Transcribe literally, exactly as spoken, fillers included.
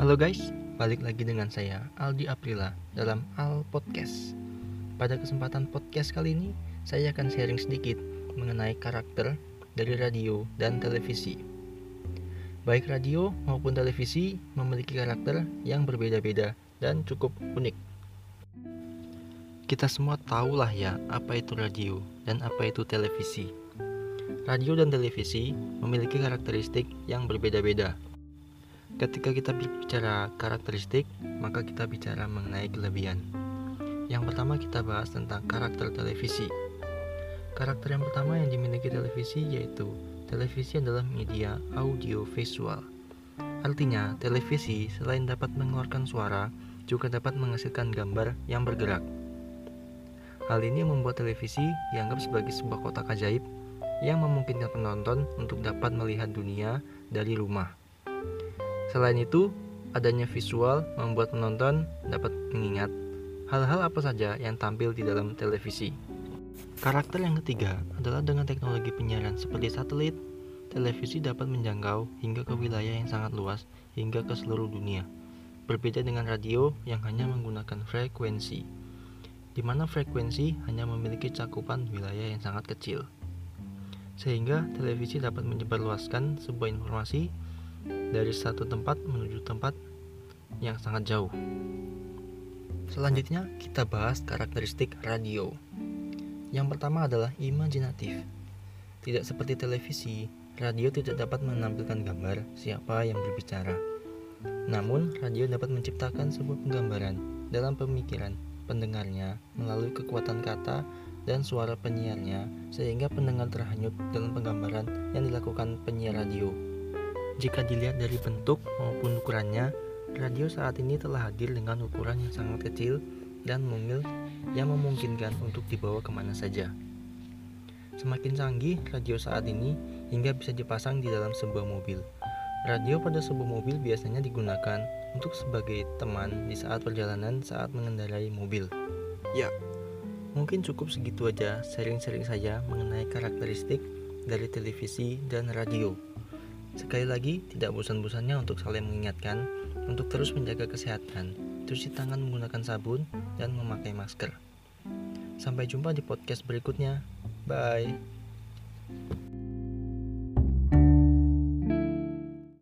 Halo guys, balik lagi dengan saya Aldi Aprila dalam Al Podcast. Pada kesempatan podcast kali ini, saya akan sharing sedikit mengenai karakter dari radio dan televisi. Baik radio maupun televisi memiliki karakter yang berbeda-beda dan cukup unik. Kita semua tahulah ya apa itu radio dan apa itu televisi. Radio dan televisi memiliki karakteristik yang berbeda-beda. Ketika kita bicara karakteristik, maka kita bicara mengenai kelebihan. Yang pertama kita bahas tentang karakter televisi. Karakter yang pertama yang dimiliki televisi yaitu televisi adalah media audio visual. Artinya, televisi selain dapat mengeluarkan suara, juga dapat menghasilkan gambar yang bergerak. Hal ini membuat televisi dianggap sebagai sebuah kotak ajaib yang memungkinkan penonton untuk dapat melihat dunia dari rumah. Selain itu, adanya visual membuat penonton dapat mengingat hal-hal apa saja yang tampil di dalam televisi. Karakter yang ketiga adalah dengan teknologi penyiaran seperti satelit, televisi dapat menjangkau hingga ke wilayah yang sangat luas hingga ke seluruh dunia. Berbeda dengan radio yang hanya menggunakan frekuensi, di mana frekuensi hanya memiliki cakupan wilayah yang sangat kecil. Sehingga televisi dapat menyebarluaskan sebuah informasi dari satu tempat menuju tempat yang sangat jauh. Selanjutnya kita bahas karakteristik radio. Yang pertama adalah imajinatif. Tidak seperti televisi, radio tidak dapat menampilkan gambar siapa yang berbicara. Namun, radio dapat menciptakan sebuah penggambaran dalam pemikiran pendengarnya melalui kekuatan kata dan suara penyiarnya, sehingga pendengar terhanyut dalam penggambaran yang dilakukan penyiar radio. Jika dilihat dari bentuk maupun ukurannya, radio saat ini telah hadir dengan ukuran yang sangat kecil dan mungil yang memungkinkan untuk dibawa kemana saja. Semakin canggih radio saat ini hingga bisa dipasang di dalam sebuah mobil. Radio pada sebuah mobil biasanya digunakan untuk sebagai teman di saat perjalanan saat mengendarai mobil. Ya, mungkin cukup segitu aja sharing-sharing saya mengenai karakteristik dari televisi dan radio. Sekali lagi, tidak bosan-bosannya untuk saling mengingatkan untuk terus menjaga kesehatan, cuci tangan menggunakan sabun, dan memakai masker. Sampai jumpa di podcast berikutnya. Bye.